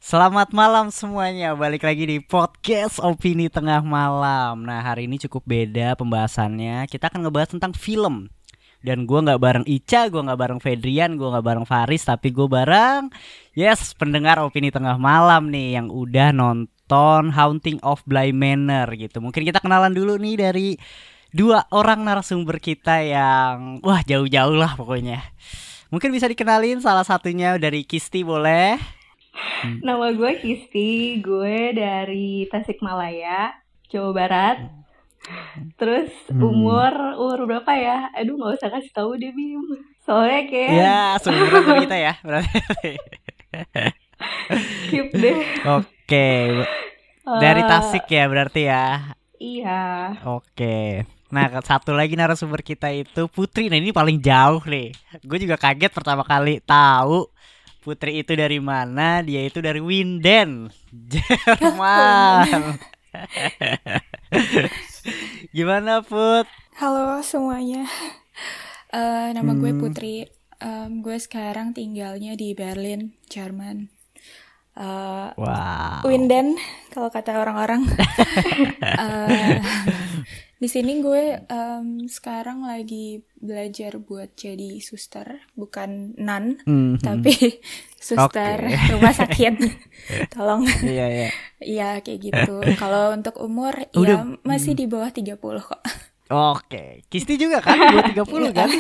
Selamat malam semuanya, balik lagi di podcast Opini Tengah Malam. Nah, hari ini cukup beda pembahasannya. Kita akan ngebahas tentang film. Dan gue gak bareng Ica, gue gak bareng Fedrian, gue gak bareng Faris, tapi gue bareng pendengar Opini Tengah Malam nih yang udah nonton Haunting of Bly Manor gitu. Mungkin kita kenalan dulu nih dari dua orang narasumber kita yang jauh-jauh lah pokoknya. Mungkin bisa dikenalin salah satunya dari Kisti, boleh? Nama gue Kisti, gue dari Tasikmalaya, Jawa Barat. Terus umur berapa ya? Aduh, nggak usah kasih tahu deh, Bim. Soalnya kayak ya seumuran sama kita ya berarti. skip deh. Oke. Dari Tasik ya berarti ya. Iya. Oke. Nah, satu lagi narasumber kita itu Putri. Nah, ini paling jauh nih. Gue juga kaget pertama kali tahu Putri itu dari mana. Dia itu dari Winden, Jerman. Gimana, Put? Halo semuanya. Nama gue Putri. Gue sekarang tinggalnya di Berlin, Jerman. Wow. Winden kalau kata orang-orang. Di sini gue sekarang lagi belajar buat jadi suster, bukan nun, tapi suster rumah sakit. Tolong. Iya. Iya kayak gitu. Kalau untuk umur ya masih di bawah 30 kok. Oke. Kisti juga kan di bawah 30 kan?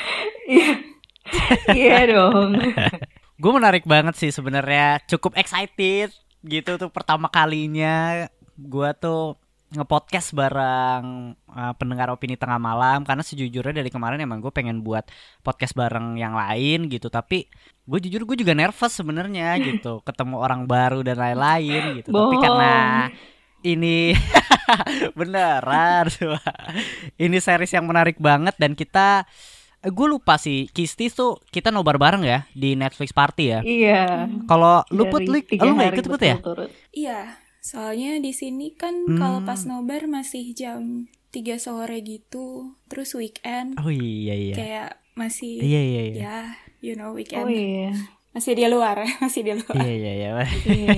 Iya dong. Gue menarik banget sih sebenarnya, cukup excited gitu tuh pertama kalinya gue tuh nge-podcast bareng pendengar Opini Tengah Malam. Karena sejujurnya dari kemarin emang gue pengen buat podcast bareng yang lain gitu. Tapi gue juga nervous sebenarnya gitu, ketemu orang baru dan lain-lain gitu. Tapi karena ini beneran ini series yang menarik banget. Dan kita gue lupa sih, Kisti tuh kita nobar bareng ya di Netflix party ya. Iya. Kalau lu Put, lu gak ikut Put ya? Iya. Soalnya di sini kan kalau pas nobar masih jam 3 sore gitu, terus weekend. Oh iya. Kayak masih Iya. Ya, weekend. Oh iya. Masih di luar. Iya.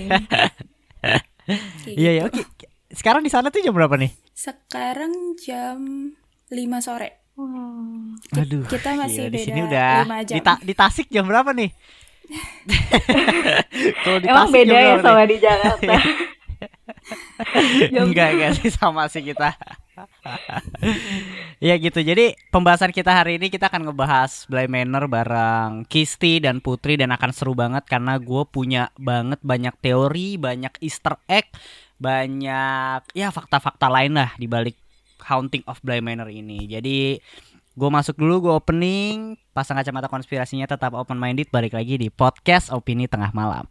Gitu. Iya. Oke. Sekarang di sana tuh jam berapa nih? Sekarang jam 5 sore. Aduh. Kita masih di beda sini udah 5 jam. Di Tasik jam berapa nih? Kalau di Emang Tasik beda ya sama nih? di Jakarta. Enggak sih, sama sih kita. Ya gitu. Jadi pembahasan kita hari ini kita akan ngebahas Bly Manor bareng Kisti dan Putri. Dan akan seru banget karena gue punya banget banyak teori, banyak easter egg, banyak ya fakta-fakta lain lah di balik Haunting of Bly Manor ini. Jadi gue masuk dulu, gue opening. Pasang kacamata konspirasinya, tetap open minded. Balik lagi di podcast Opini Tengah Malam.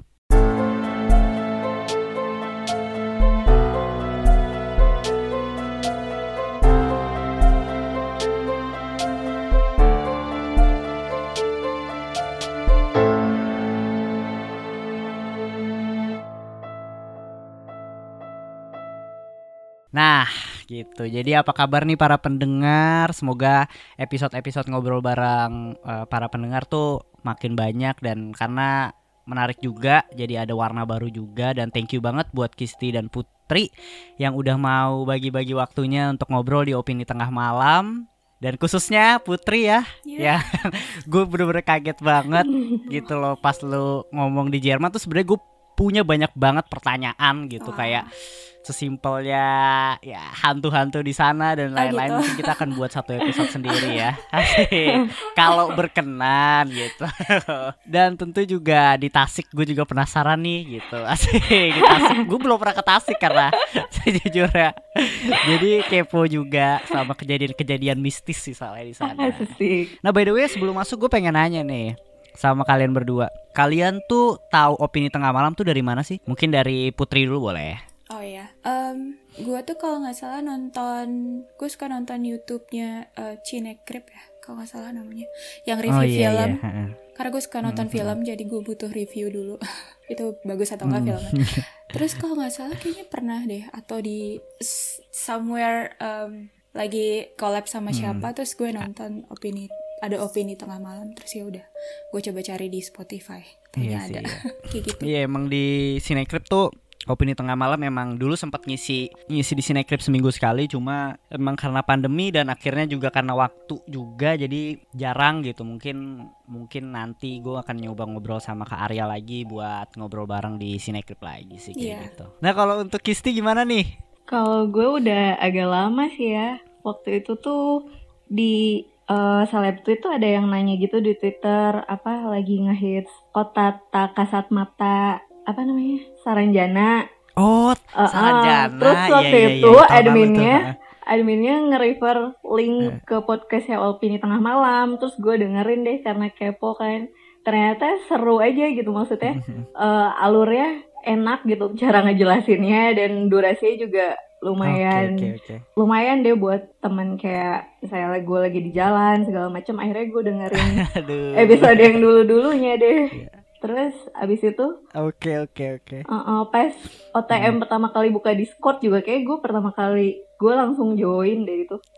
Nah gitu, jadi apa kabar nih para pendengar? Semoga episode-episode ngobrol bareng para pendengar tuh makin banyak. Dan karena menarik juga, jadi ada warna baru juga. Dan thank you banget buat Kisti dan Putri yang udah mau bagi-bagi waktunya untuk ngobrol di Opini Tengah Malam. Dan khususnya Putri ya. Gue bener-bener kaget banget gitu loh pas lu ngomong di Jerman tuh. Sebenarnya gue punya banyak banget pertanyaan gitu. Kayak sesimpelnya ya hantu-hantu di sana dan lain-lain. Gitu. Mungkin kita akan buat satu episode sendiri ya. Asik. Kalau berkenan gitu. Dan tentu juga di Tasik gue juga penasaran nih gitu. Asik. Di Tasik gue belum pernah ke Tasik karena sejujurnya. Jadi kepo juga sama kejadian-kejadian mistis sih soalnya di sana. Asik. Nah, by the way sebelum masuk gue pengen nanya nih sama kalian berdua. Kalian tuh tahu Opini Tengah Malam tuh dari mana sih? Mungkin dari Putri dulu boleh. Oh ya, gue tuh kalau nggak salah gue suka nonton YouTube-nya Cinecrip ya, kalau nggak salah namanya, yang review film. Iya. Karena gue suka nonton film, jadi gue butuh review dulu. Itu bagus atau enggak filmnya. Terus kalau nggak salah kayaknya pernah deh, atau di somewhere lagi collab sama siapa, terus gue nonton Opini ada opini tengah malam, terus ya udah gue coba cari di Spotify, Iya ternyata sih, ada iya. kayak gitu. Iya emang di Cinecrip tuh opini tengah malam emang dulu sempat ngisi di Cinecrip seminggu sekali, cuma emang karena pandemi dan akhirnya juga karena waktu juga jadi jarang gitu. Mungkin nanti gue akan nyoba ngobrol sama Kak Arya lagi buat ngobrol bareng di Cinecrip lagi sih kayak Iya. gitu. Nah kalau untuk Kisti gimana nih? Kalau gue udah agak lama sih ya. Waktu itu tuh di seleb tweet tuh ada yang nanya gitu di Twitter, apa lagi ngehits kota tak kasat mata, apa namanya, Saranjana. Oh, Saranjana. Terus waktu Iya, itu tahun lalu tuh. adminnya nge-refer link ke podcastnya Opini Tengah Malam. Terus gue dengerin deh karena kepo kan. Ternyata seru aja gitu, maksudnya alurnya enak gitu cara ngejelasinnya, dan durasinya juga lumayan Oke. lumayan deh buat temen kayak misalnya gue lagi di jalan segala macam. Akhirnya gue dengerin Aduh. episode yang dulu-dulunya deh. Iya. Terus abis itu Oke. pas OTM pertama kali buka Discord juga kayak gue langsung join deh itu.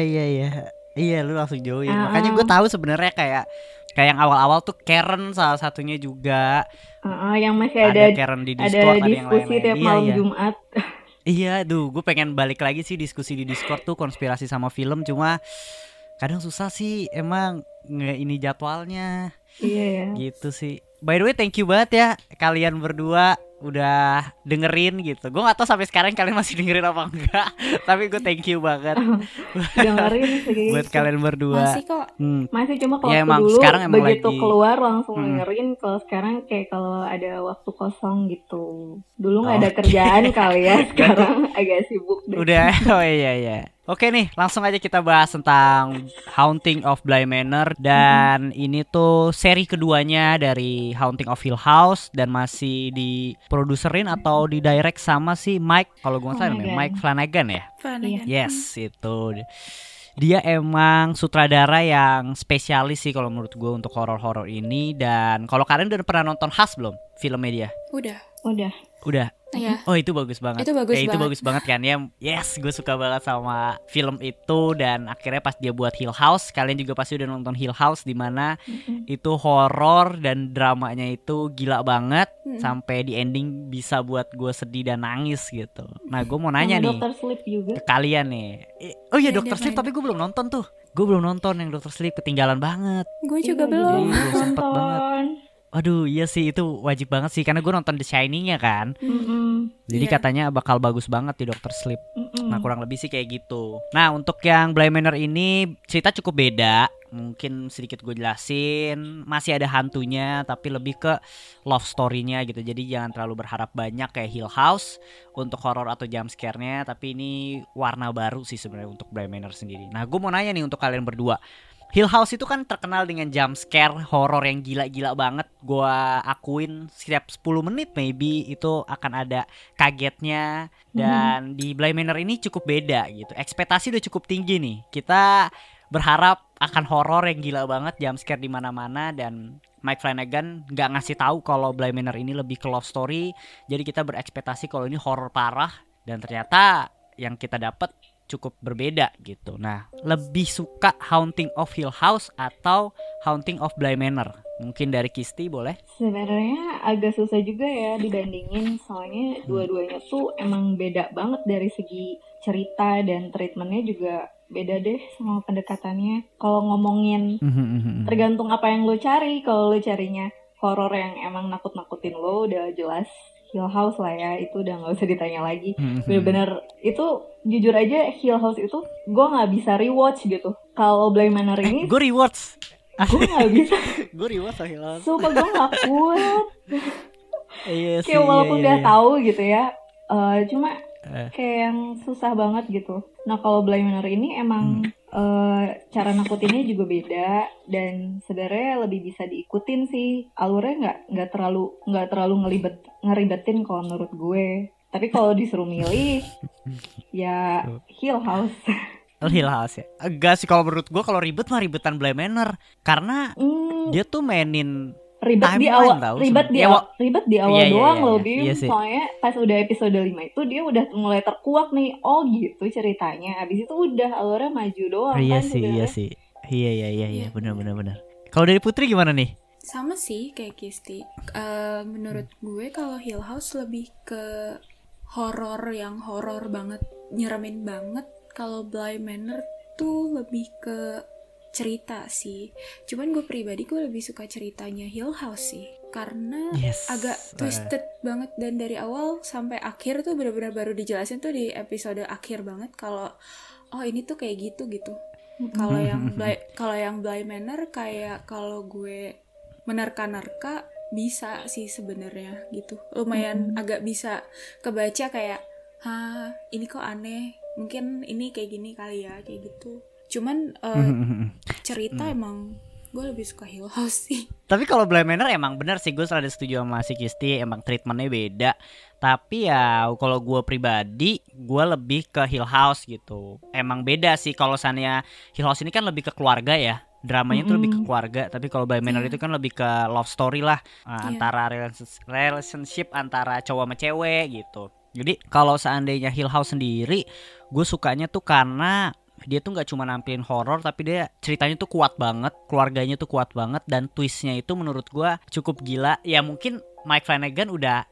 Iya, lu langsung join. Ah, Makanya gue tahu sebenarnya kayak yang awal-awal tuh Karen salah satunya juga. Yang masih Ada Karen di Discord, ada yang diskusi lain-lain. tiap malam Jumat. Iya, gue pengen balik lagi sih diskusi di Discord tuh konspirasi sama film, cuma kadang susah sih emang ini jadwalnya. Iya ya. Gitu sih. By the way, thank you banget ya kalian berdua udah dengerin gitu. Gue gak tahu sampai sekarang kalian masih dengerin apa enggak. Tapi gue thank you banget Dengerin sih. buat kalian berdua. Masih kok. Masih, cuma kalau Ya, emang dulu sekarang emang begitu lagi keluar langsung dengerin. Kalau sekarang kayak kalau ada waktu kosong gitu. Dulu nggak ada kerjaan kali ya. Sekarang agak sibuk deh. Udah, oh iya. Oke nih, langsung aja kita bahas tentang Haunting of Bly Manor. Dan ini tuh seri keduanya dari Haunting of Hill House, dan masih diproduserin atau didirect sama si Mike, kalau gue nggak salah namanya Mike Flanagan ya. Flanagan. Yes, itu. Dia emang sutradara yang spesialis sih kalau menurut gue untuk horor-horor ini. Dan kalau kalian udah pernah nonton Hush belum? Filmnya dia? Udah. Iya. Oh, itu bagus banget. Itu bagus Itu banget. bagus banget kan ya. Yes, gue suka banget sama film itu. Dan akhirnya pas dia buat Hill House, kalian juga pasti udah nonton Hill House, di mana itu horor dan dramanya itu gila banget. Sampai di ending bisa buat gue sedih dan nangis gitu. Nah, gue mau nanya Sama nih Dr. Sleep juga. ke kalian nih. Oh iya, Iya, Dr. dia Sleep, main. tapi gue belum nonton tuh. Gue belum nonton yang Dr. Sleep, ketinggalan banget. Gue juga Iya, belum. Jadi belum sempet banget. nonton. Aduh, iya sih, itu wajib banget sih, karena gue nonton The Shining-nya kan. Jadi Iya. katanya bakal bagus banget di Dr. Sleep. Nah, kurang lebih sih kayak gitu. Nah, untuk yang Bly Manor ini cerita cukup beda. Mungkin sedikit gue jelasin. Masih ada hantunya, tapi lebih ke love story-nya gitu. Jadi jangan terlalu berharap banyak kayak Hill House untuk horor atau jump scare-nya. Tapi ini warna baru sih sebenarnya untuk Bly Manor sendiri. Nah, gue mau nanya nih untuk kalian berdua. Hill House itu kan terkenal dengan jump scare horor yang gila-gila banget. Gua akuin setiap 10 menit maybe itu akan ada kagetnya. Dan di Bly Manor ini cukup beda gitu. Ekspektasi udah cukup tinggi nih. Kita berharap akan horor yang gila banget, jump scare di mana-mana, dan Mike Flanagan nggak ngasih tahu kalau Bly Manor ini lebih ke love story. Jadi kita berekspektasi kalau ini horor parah, dan ternyata yang kita dapat cukup berbeda gitu. Nah, lebih suka Haunting of Hill House atau Haunting of Bly Manor? Mungkin dari Kisti boleh? Sebenarnya agak susah juga ya dibandingin, soalnya dua-duanya tuh emang beda banget dari segi cerita, dan treatmentnya juga beda deh sama pendekatannya. Kalau ngomongin tergantung apa yang lo cari. Kalau lo carinya horor yang emang nakut-nakutin lo, udah jelas Hill House lah ya, itu udah nggak usah ditanya lagi. Bener-bener itu jujur aja, Hill House itu gue nggak bisa rewatch gitu. Kalau Bly Manor ini Gue rewatch. gue nggak bisa. Gue rewatch Hill House. Sumpah gue nggak kuat. Iya sih, Kayak walaupun iya. udah tahu gitu ya, cuma kayak yang susah banget gitu. Nah kalau Bly Manor ini emang cara nakutinnya juga beda, dan sebenarnya lebih bisa diikutin sih. Alurnya nggak terlalu ngeribetin kalau menurut gue. Tapi kalau disuruh milih ya Hill House. Hill House ya. Enggak sih, kalau menurut gue kalau ribet mah ribetan Bly Manor, karena dia tuh mainin Ribet di timeline awal, tau ribet di sebenarnya. awal, ribet di awal Iya, iya, doang iya, loh, iya. Bim. Iya sih. Soalnya pas udah episode 5 itu dia udah mulai terkuak nih. Oh gitu ceritanya. Habis itu udah alurnya maju doang Iya kan sih, sebenarnya. iya sih. Iya, benar. Kalau dari Putri gimana nih? Sama sih kayak Kisti. Menurut gue kalau Hill House lebih ke horor yang horor banget, nyeremin banget. Kalau Bly Manor tuh lebih ke cerita sih. Cuman gue pribadi gue lebih suka ceritanya Hill House sih, karena agak twisted banget, dan dari awal sampai akhir tuh benar-benar baru dijelasin tuh di episode akhir banget kalau oh ini tuh kayak gitu. Kalau yang Bly Manor kayak kalau gue menerka-nerka bisa sih sebenarnya gitu. Lumayan agak bisa kebaca kayak, ini kok aneh. Mungkin ini kayak gini kali ya, kayak gitu. Cuman cerita emang gue lebih suka Hill House sih. Tapi kalau Bly Manor emang bener sih, gue selalu setuju sama si Kisti, emang treatmentnya beda. Tapi ya kalau gue pribadi, gue lebih ke Hill House gitu. Emang beda sih, kalau misalnya Hill House ini kan lebih ke keluarga ya, dramanya tuh lebih ke keluarga. Tapi kalau Bly Manor itu kan lebih ke love story lah, antara relationship antara cowok sama cewek gitu. Jadi kalau seandainya Hill House sendiri, gue sukanya tuh karena dia tuh nggak cuma nampilin horor, tapi dia ceritanya tuh kuat banget, keluarganya tuh kuat banget, dan twistnya itu menurut gue cukup gila. Ya mungkin Mike Flanagan udah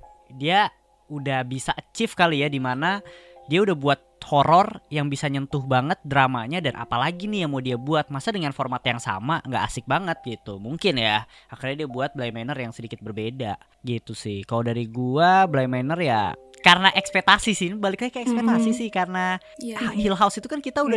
bisa achieve kali ya, dimana dia udah buat horor yang bisa nyentuh banget dramanya, dan apalagi nih yang mau dia buat, masa dengan format yang sama nggak asik banget gitu. Mungkin ya akhirnya dia buat Bly Manor yang sedikit berbeda gitu sih. Kalau dari gua Bly Manor ya karena ekspektasi sih, balik lagi ke ekspektasi sih, karena Hill House itu kan kita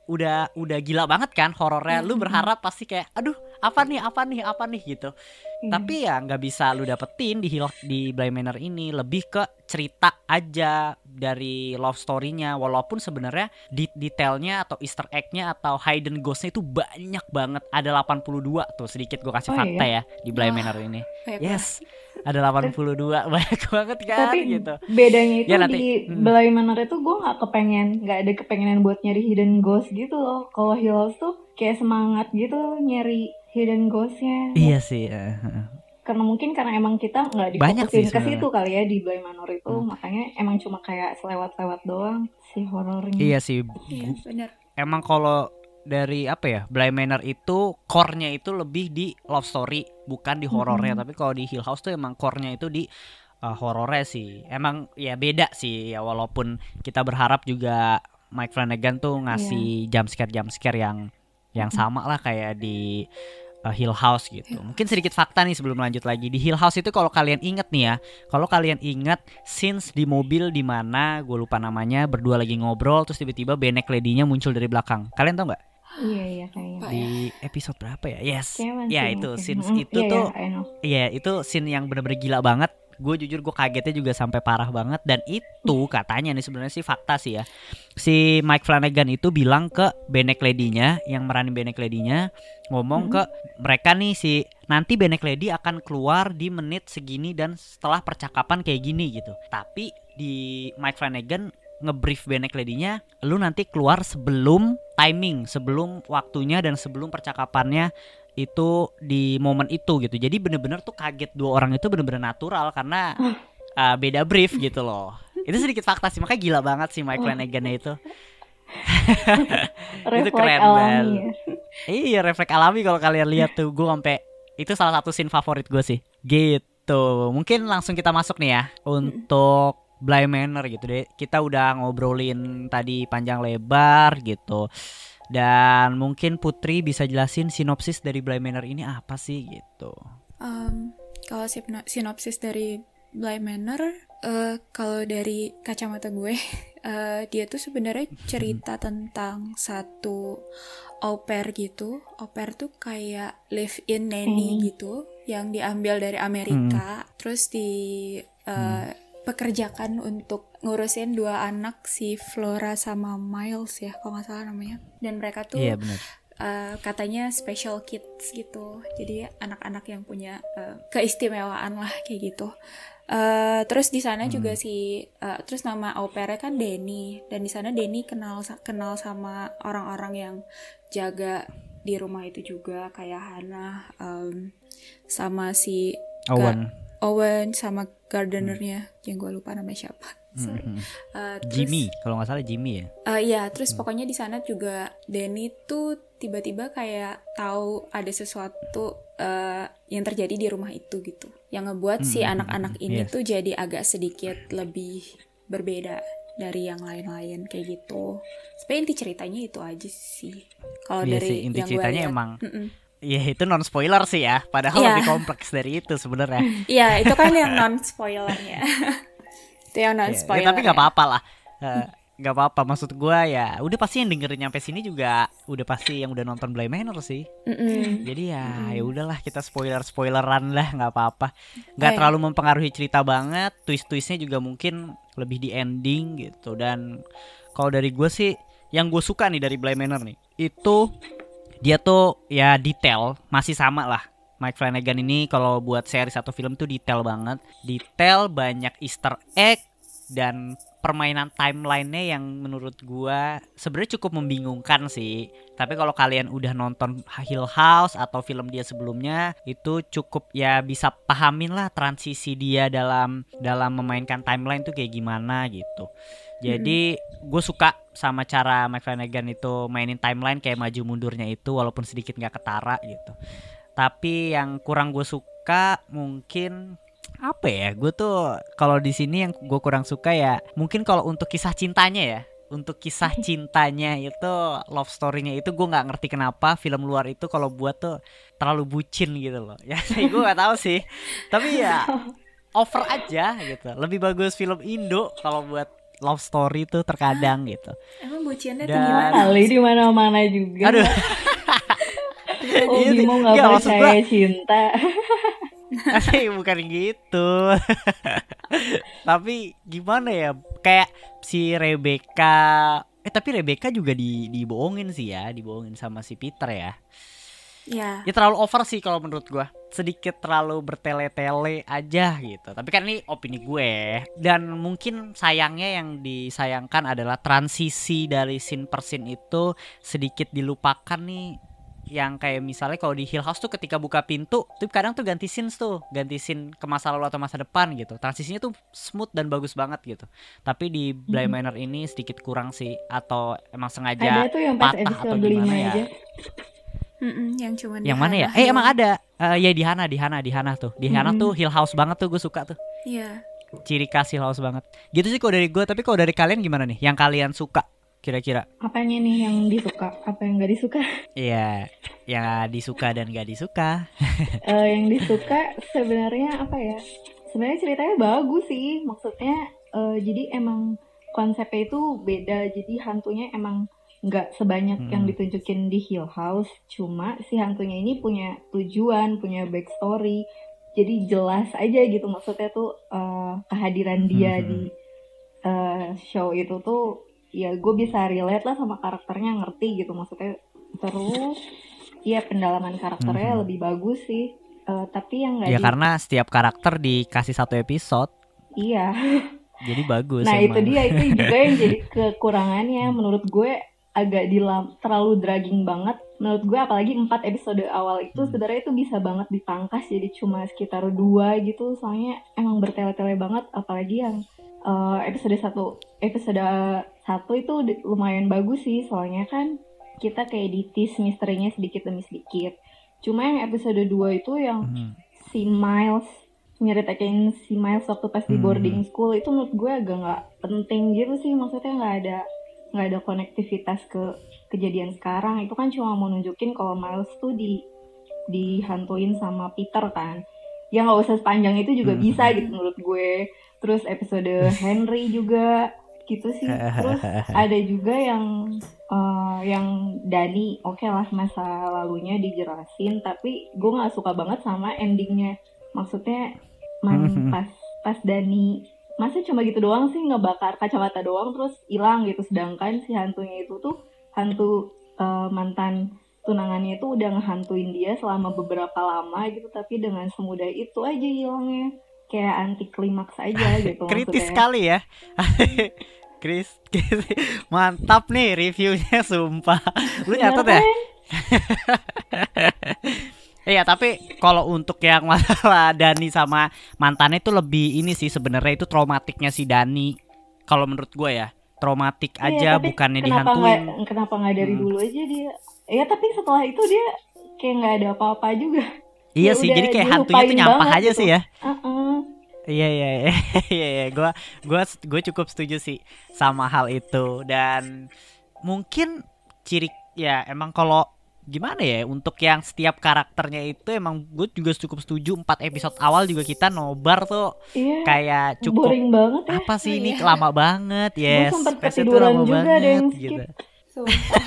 udah gila banget kan horornya. Lu berharap pasti kayak aduh apa nih gitu. Tapi ya nggak bisa lu dapetin di Bly Manor ini. Lebih ke cerita aja dari love story-nya, walaupun sebenarnya detailnya atau easter egg-nya atau hidden ghost-nya itu banyak banget. Ada 82 tuh, sedikit gue kasih fakta ya di Bly Manor ini. Yes, ada 82, banyak banget kan. Tapi gitu. bedanya itu Ya, nanti, di Bly Manor itu gue nggak ada kepengenan buat nyari hidden ghost gitu loh. Kalau Hill House tuh kayak semangat gitu nyari hidden ghost-nya. Iya sih. Karena mungkin emang kita nggak difokusin ke situ kali ya di Bly Manor itu, makanya emang cuma kayak selewat-lewat doang si horornya. Iya sih. Iya benar. Emang kalau dari Bly Manor itu core-nya itu lebih di love story, bukan di horornya. Tapi kalau di Hill House tuh emang core-nya itu di horornya sih. Emang ya beda sih ya, walaupun kita berharap juga Mike Flanagan tuh ngasih jump scare yang sama lah kayak di Hill House gitu. Mungkin sedikit fakta nih sebelum lanjut lagi. Di Hill House itu kalau kalian inget nih ya, kalau kalian inget scenes di mobil di mana gue lupa namanya, berdua lagi ngobrol terus tiba-tiba Benek Lady-nya muncul dari belakang. Kalian tau nggak? Iya kayaknya. Di episode berapa ya? Yes. Ya itu scenes itu tuh. Iya, itu scene yang bener-bener gila banget. Gue jujur gue kagetnya juga sampai parah banget. Dan itu katanya nih, sebenarnya sih fakta sih ya, si Mike Flanagan itu bilang ke Benek Lady-nya, yang meranin Benek Lady-nya, ngomong ke mereka nih, nanti Benek Lady akan keluar di menit segini dan setelah percakapan kayak gini gitu. Tapi di Mike Flanagan ngebrief Benek Lady-nya, lu nanti keluar sebelum timing, sebelum waktunya dan sebelum percakapannya itu di momen itu gitu. Jadi bener-bener tuh kaget, dua orang itu bener-bener natural karena beda brief gitu loh. Itu sedikit fakta sih, makanya gila banget sih Mike Flanagan-nya itu. Itu keren banget. Iya, refleks alami kalau kalian lihat tuh. Gue sampai itu salah satu scene favorit gue sih. Gitu. Mungkin langsung kita masuk nih ya untuk Bly Manor gitu deh. Kita udah ngobrolin tadi panjang lebar gitu. Dan mungkin Putri bisa jelasin sinopsis dari Bly Manor ini apa sih gitu. Kalau sinopsis dari Bly Manor, kalau dari kacamata gue, dia tuh sebenarnya cerita tentang satu au pair gitu. Au pair tuh kayak live-in nanny gitu, yang diambil dari Amerika, terus pekerjakan untuk ngurusin dua anak, si Flora sama Miles ya kalau nggak salah namanya. Dan mereka tuh katanya special kids gitu, jadi anak-anak yang punya keistimewaan lah kayak gitu. Terus di sana juga terus nama au pairnya kan Denny, dan di sana Denny kenal sama orang-orang yang jaga di rumah itu juga, kayak Hannah sama si Owen sama gardenernya yang gue lupa namanya siapa. Sorry. Jimmy, kalau nggak salah Jimmy ya. Iya, terus pokoknya di sana juga Danny tuh tiba-tiba kayak tahu ada sesuatu yang terjadi di rumah itu gitu, yang ngebuat si anak-anak ini tuh jadi agak sedikit lebih berbeda dari yang lain-lain kayak gitu. Sebenarnya inti ceritanya itu aja sih. Kalau dari inti yang ceritanya gue lihat, emang. Iya itu non spoiler sih ya, padahal lebih kompleks dari itu sebenarnya. Iya itu kan yang non spoilernya. Itu yang non spoiler. Tapi nggak apa-apa lah, nggak apa-apa. Maksud gue ya, udah pasti yang dengerin nyampe sini juga udah pasti yang udah nonton Bly Manor sih. Jadi ya udahlah kita spoileran lah, nggak apa-apa. Nggak terlalu mempengaruhi cerita banget. Twist-twistnya juga mungkin lebih di ending gitu. Dan kalau dari gue sih, yang gue suka nih dari Bly Manor nih, itu dia tuh ya detail, masih sama lah. Mike Flanagan ini kalau buat series atau film tuh detail banget. Detail, banyak easter egg, dan permainan timeline-nya yang menurut gua sebenarnya cukup membingungkan sih. Tapi kalau kalian udah nonton Hill House atau film dia sebelumnya, itu cukup ya bisa pahamin lah transisi dia dalam memainkan timeline tuh kayak gimana gitu. Jadi gue suka sama cara Mike Flanagan itu mainin timeline kayak maju mundurnya itu, walaupun sedikit gak ketara gitu. Tapi yang kurang gue suka mungkin apa ya? Gue tuh kalau di sini yang gue kurang suka ya mungkin kalau untuk kisah cintanya ya. Untuk kisah cintanya itu, love story-nya itu gue nggak ngerti kenapa film luar itu kalau buat tuh terlalu bucin gitu loh. Ya gue nggak tahu sih. Tapi ya over aja gitu. Lebih bagus film Indo kalau buat love story tuh terkadang gitu. Emang bucinnya tuh gimana? Kali di mana-mana juga. Aduh. Oh, Bimo nggak percaya cinta. Bukan gitu. Tapi gimana ya? Kayak si Rebecca. Tapi Rebecca juga dibohongin sih ya, dibohongin sama si Peter ya. Ya terlalu over sih kalau menurut gue. Sedikit terlalu bertele-tele aja gitu. Tapi kan ini opini gue. Dan mungkin sayangnya yang disayangkan adalah transisi dari scene per scene itu sedikit dilupakan nih. Yang kayak misalnya kalau di Hill House tuh ketika buka pintu tuh kadang tuh ganti scene ke masa lalu atau masa depan gitu. Transisinya tuh smooth dan bagus banget gitu. Tapi di Bly Manor ini sedikit kurang sih. Atau emang sengaja ada tuh yang pas patah atau gimana ya aja. Yang cuman yang mana ya? Emang ada. Ya di Hana tuh. Di Hana tuh Hill House banget tuh, gue suka tuh. Iya. Ciri khas Hill House banget. Gitu sih kalau dari gue. Tapi kalau dari kalian gimana nih? Yang kalian suka kira-kira? Apanya nih yang disuka? Apa yang gak disuka? Iya, yang disuka dan gak disuka. Yang disuka sebenarnya apa ya? Sebenarnya ceritanya bagus sih. Maksudnya jadi emang konsepnya itu beda. Jadi hantunya emang nggak sebanyak yang ditunjukin di Hill House, cuma si hantunya ini punya tujuan, punya backstory, jadi jelas aja gitu. Maksudnya tuh kehadiran dia di show itu tuh ya gue bisa relate lah sama karakternya, ngerti gitu maksudnya. Terus ya pendalaman karakternya lebih bagus sih. Tapi yang nggak karena setiap karakter dikasih satu episode. Iya. Jadi bagus. Nah emang. itu juga yang jadi kekurangannya menurut gue. Agak terlalu dragging banget menurut gue, apalagi 4 episode awal itu sebenarnya itu bisa banget dipangkas jadi cuma sekitar 2 gitu, soalnya emang bertele-tele banget. Apalagi yang episode 1 itu lumayan bagus sih, soalnya kan kita kayak di-tease misterinya sedikit demi sedikit. Cuma yang episode 2 itu yang si Miles nyeritain si Miles waktu pas di boarding school itu menurut gue agak nggak penting gitu sih. Maksudnya nggak ada konektivitas ke kejadian sekarang. Itu kan cuma mau nunjukin kalau Miles tuh dihantuin sama Peter kan. Ya nggak usah sepanjang itu juga bisa gitu menurut gue. Terus episode Henry juga gitu sih. Terus ada juga yang Dani, oke lah masa lalunya dijelasin, tapi gue nggak suka banget sama endingnya. Maksudnya pas Dani masa cuma gitu doang sih, ngebakar kacamata doang terus hilang gitu. Sedangkan si hantunya itu tuh hantu mantan tunangannya itu udah ngehantuin dia selama beberapa lama gitu, tapi dengan semudah itu aja hilangnya. Kayak anti klimaks aja gitu. Kritis sekali ya. Chris, mantap nih reviewnya sumpah. Lu nyatet ya? Iya, tapi kalau untuk yang masalah Dani sama mantannya itu lebih ini sih sebenarnya itu traumatiknya si Dani. Kalau menurut gue ya, traumatik Iya, aja tapi bukannya kenapa dihantuin. nggak dari dulu aja dia? Ya tapi setelah itu dia kayak nggak ada apa-apa juga. Iya Ya sih, udah jadi kayak hantunya tuh dilupain nyampah banget aja gitu. sih ya. Heeh. Iya iya iya iya iya. Gue cukup setuju sih sama hal itu dan mungkin ciri ya emang kalau gimana ya untuk yang setiap karakternya itu emang gue juga cukup setuju 4 episode awal juga kita nobar tuh Iya, kayak cukup boring banget ya. apa sih Oh ini iya. lama banget Gue yes sempat space-nya tuh ketiduran lama juga ada yang banget skip. gitu Sumpah.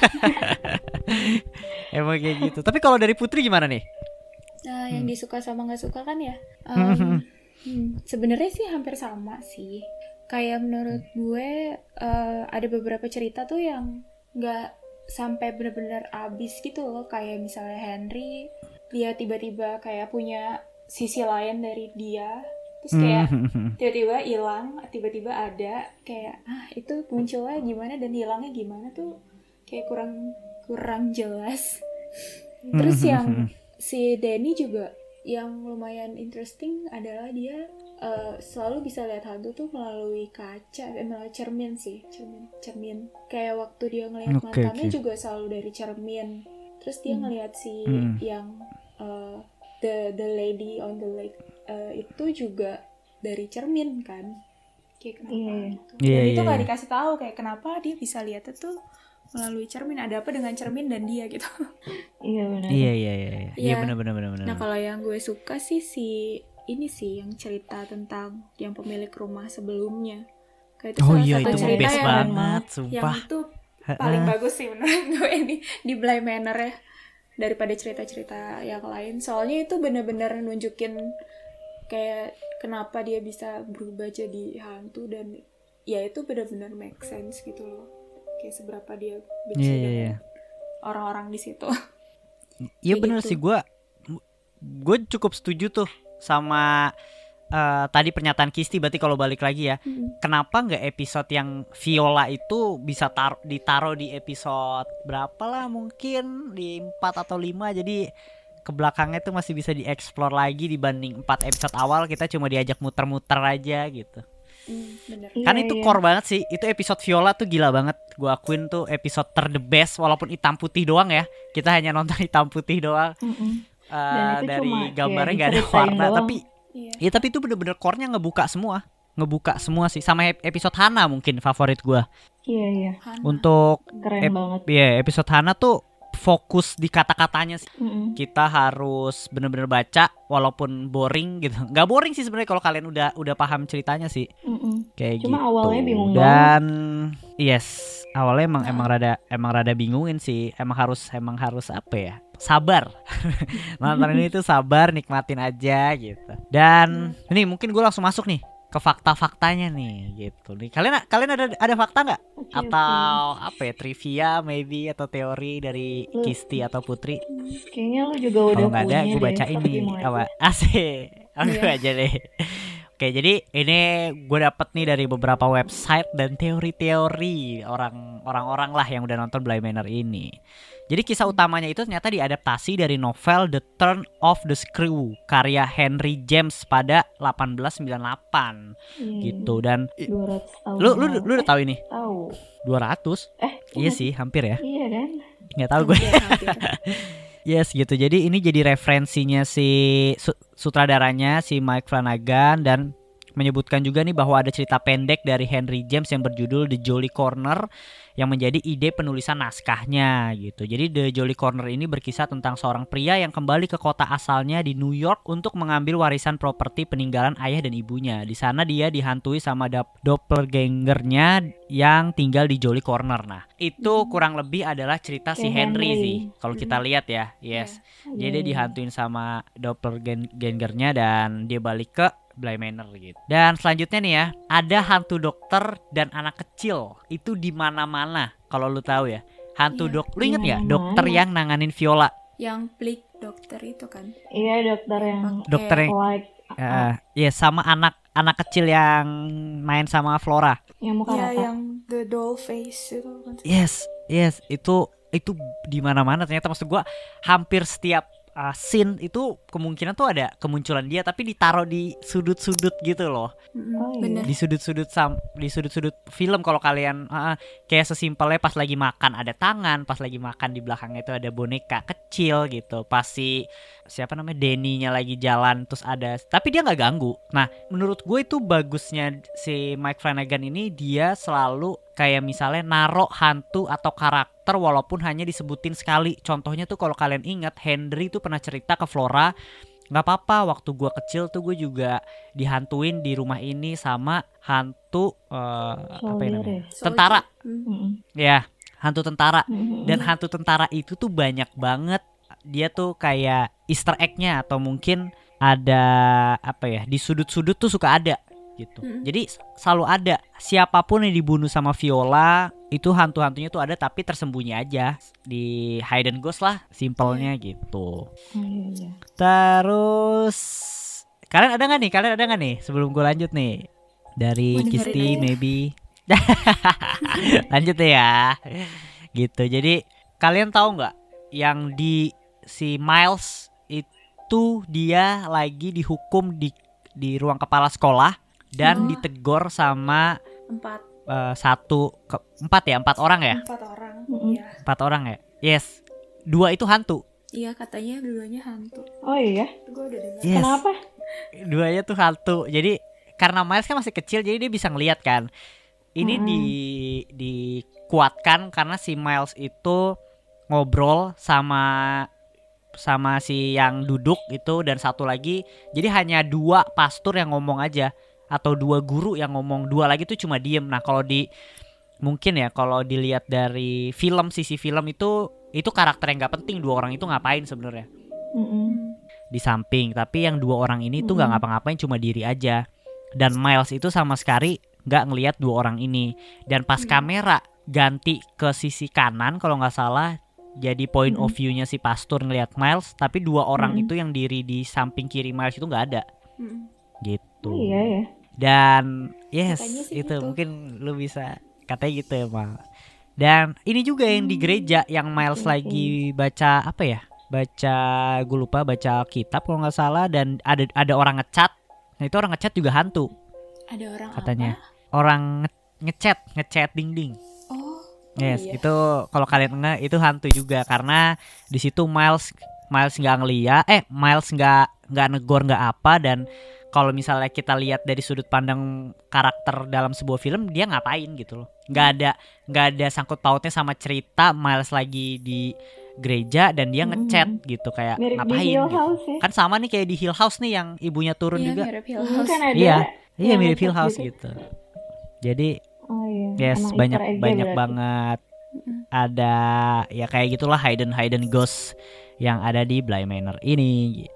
emang kayak gitu tapi kalau dari Putri gimana nih. Nah, yang disuka sama nggak suka kan ya? Sebenarnya sih hampir sama sih. Kayak menurut gue ada beberapa cerita tuh yang nggak sampai benar-benar abis gitu loh. Kayak misalnya Henry, dia tiba-tiba kayak punya sisi lain dari dia. Terus kayak tiba-tiba hilang, tiba-tiba ada. Kayak itu munculnya gimana dan hilangnya gimana tuh kayak kurang jelas. Terus yang si Danny juga yang lumayan interesting adalah dia selalu bisa lihat hantu tuh melalui kaca, melalui cermin sih, cermin. Kayak waktu dia ngelihat mantannya juga selalu dari cermin. Terus dia ngelihat si yang the lady on the lake itu juga dari cermin kan. Kayak kenapa? Gitu. Dan itu nggak dikasih tahu kayak kenapa dia bisa lihat itu melalui cermin, ada apa dengan cermin dan dia gitu. Iya benar. Iya benar. Nah kalau yang gue suka sih ini sih yang cerita tentang yang pemilik rumah sebelumnya. Kayak itu salah satu itu cerita best yang banget sumpah yang itu paling bagus sih menurut gue di Bly Manor ya daripada cerita-cerita yang lain. Soalnya itu benar-benar nunjukin kayak kenapa dia bisa berubah jadi hantu dan ya itu benar-benar make sense gitu loh. Kayak seberapa dia benci dengan orang-orang di situ. Iya bener gitu. Sih gue cukup setuju tuh sama tadi pernyataan Kisti. Berarti kalau balik lagi ya, kenapa nggak episode yang Viola itu bisa ditaruh di episode berapa lah, mungkin di 4 atau 5, jadi ke belakangnya tuh masih bisa dieksplor lagi dibanding 4 episode awal kita cuma diajak muter-muter aja gitu. Bener. Kan itu core banget sih. Itu episode Viola tuh gila banget. Gue akuin tuh episode the best. Walaupun hitam putih doang ya. Kita hanya nonton hitam putih doang. Dari gambarnya gak ada warna doang. Tapi ya tapi itu bener-bener core-nya ngebuka semua sih. Sama episode Hana mungkin favorit gue. Iya Untuk keren banget. Iya episode Hana tuh fokus di kata-katanya sih. Kita harus benar-benar baca walaupun boring gitu. Nggak boring sih sebenarnya kalau kalian udah paham ceritanya sih. Kayak Cuma gitu. awalnya bingung dan yes, awalnya emang rada bingungin sih. Emang harus apa ya? Sabar. Nonton ini tuh sabar, nikmatin aja gitu. Dan ini mungkin gue langsung masuk nih ke fakta-faktanya nih gitu nih. Kalian ada fakta nggak? Atau apa ya, trivia maybe atau teori dari Kisti atau Putri? Kayaknya lu juga udah punya. Kalau nggak ada gue baca ini apa? Asik. Aku aja deh. Oke, jadi ini gue dapet nih dari beberapa website dan teori-teori orang-orang lah yang udah nonton Bly Manor ini. Jadi kisah utamanya itu ternyata diadaptasi dari novel The Turn of the Screw karya Henry James pada 1898 gitu. Dan 200 tahun. Lu udah tahu ini? Tahu. 200? Iya sih, hampir ya. Iya kan? Nggak tahu gue. Yes gitu. Jadi ini jadi referensinya si sutradaranya si Mike Flanagan dan menyebutkan juga nih bahwa ada cerita pendek dari Henry James yang berjudul The Jolly Corner yang menjadi ide penulisan naskahnya gitu. Jadi The Jolly Corner ini berkisah tentang seorang pria yang kembali ke kota asalnya di New York untuk mengambil warisan properti peninggalan ayah dan ibunya. Di sana dia dihantui sama doppelgangernya yang tinggal di Jolly Corner. Nah, itu kurang lebih adalah cerita si Henry sih. Kalau kita lihat ya, yes. Jadi dia dihantuin sama doppelgangernya dan dia balik ke Bly Manor gitu. Dan selanjutnya nih ya, ada hantu dokter dan anak kecil. Itu di mana-mana kalau lu tahu ya. Hantu lu inget nggak dokter yang nanganin Viola? Yang Bleak dokter itu kan? Iya, dokter yang sama anak kecil yang main sama Flora. Yang muka rata. Yang the doll face itu kan. Yes, itu di mana-mana ternyata. Maksud gua hampir setiap scene itu kemungkinan tuh ada kemunculan dia tapi ditaruh di sudut-sudut gitu loh. Oh, iya. Bener. Di sudut-sudut film kalau kalian kayak sesimpelnya pas lagi makan ada tangan, pas lagi makan di belakangnya itu ada boneka kecil gitu. Pas siapa namanya Denny-nya lagi jalan terus ada, tapi dia nggak ganggu. Nah menurut gue itu bagusnya si Mike Flanagan ini, dia selalu kayak misalnya narok hantu atau karakter walaupun hanya disebutin sekali. Contohnya tuh kalau kalian ingat, Henry tuh pernah cerita ke Flora, nggak apa-apa waktu gue kecil tuh gue juga dihantuin di rumah ini sama hantu apa ya namanya, tentara. Ya, hantu tentara. Dan hantu tentara itu tuh banyak banget. Dia tuh kayak Easter egg-nya atau mungkin ada apa ya, di sudut-sudut tuh suka ada gitu. Jadi selalu ada. Siapapun yang dibunuh sama Viola itu hantu-hantunya tuh ada tapi tersembunyi aja di hide and ghost lah, simpelnya gitu. Terus kalian ada nggak nih sebelum gue lanjut nih dari Kisti maybe. Lanjut ya gitu. Jadi kalian tahu nggak yang di si Miles itu dia lagi dihukum di ruang kepala sekolah dan ditegur sama empat orang ya? 4 orang. Iya. 4 orang ya? Yes. 2 itu hantu. Iya, katanya dua-duanya hantu. Oh iya? Gue udah dengar. Yes. Kenapa? 2-nya tuh hantu. Jadi karena Miles kan masih kecil jadi dia bisa ngelihat kan. Ini dikuatkan karena si Miles itu ngobrol sama si yang duduk itu dan satu lagi. Jadi hanya 2 pastor yang ngomong aja atau 2 guru yang ngomong, 2 lagi tuh cuma diem. Nah kalau mungkin ya kalau dilihat dari sisi film itu karakter yang nggak penting. 2 orang itu ngapain sebenarnya di samping, tapi yang 2 orang ini tuh nggak ngapa-ngapain, cuma diri aja. Dan Miles itu sama sekali nggak ngelihat 2 orang ini. Dan pas kamera ganti ke sisi kanan kalau nggak salah, jadi point of view-nya si pastor ngelihat Miles, tapi 2 orang itu yang diri di samping kiri Miles itu nggak ada. Gitu. Oh, iya ya. Dan yes itu gitu. mungkin lu bisa katanya gitu ya Mal. Dan ini juga yang di gereja yang Miles lagi baca apa ya, gue lupa, baca kitab kalau nggak salah, dan ada orang ngecat. Nah itu orang ngecat juga hantu Ada orang katanya apa? Orang ngecat dinding. Yes, iya. itu kalau kalian itu hantu juga karena di situ Miles nggak ngeliat, Miles nggak negor nggak apa. Dan kalau misalnya kita lihat dari sudut pandang karakter dalam sebuah film, dia ngapain gitu loh, nggak ada sangkut pautnya sama cerita Miles lagi di gereja dan dia ngechat gitu kayak Mirip ngapain di Hill gitu. House ya. Kan sama nih kayak di Hill House nih yang ibunya turun juga. Mirip Hill House. Kan ada Iya yang mirip Hill ngechat House gitu. Jadi Oh iya. yes, Emang Easter egg-nya banyak berarti. banget ada ya kayak gitulah hidden ghost yang ada di Bly Manor ini gitu.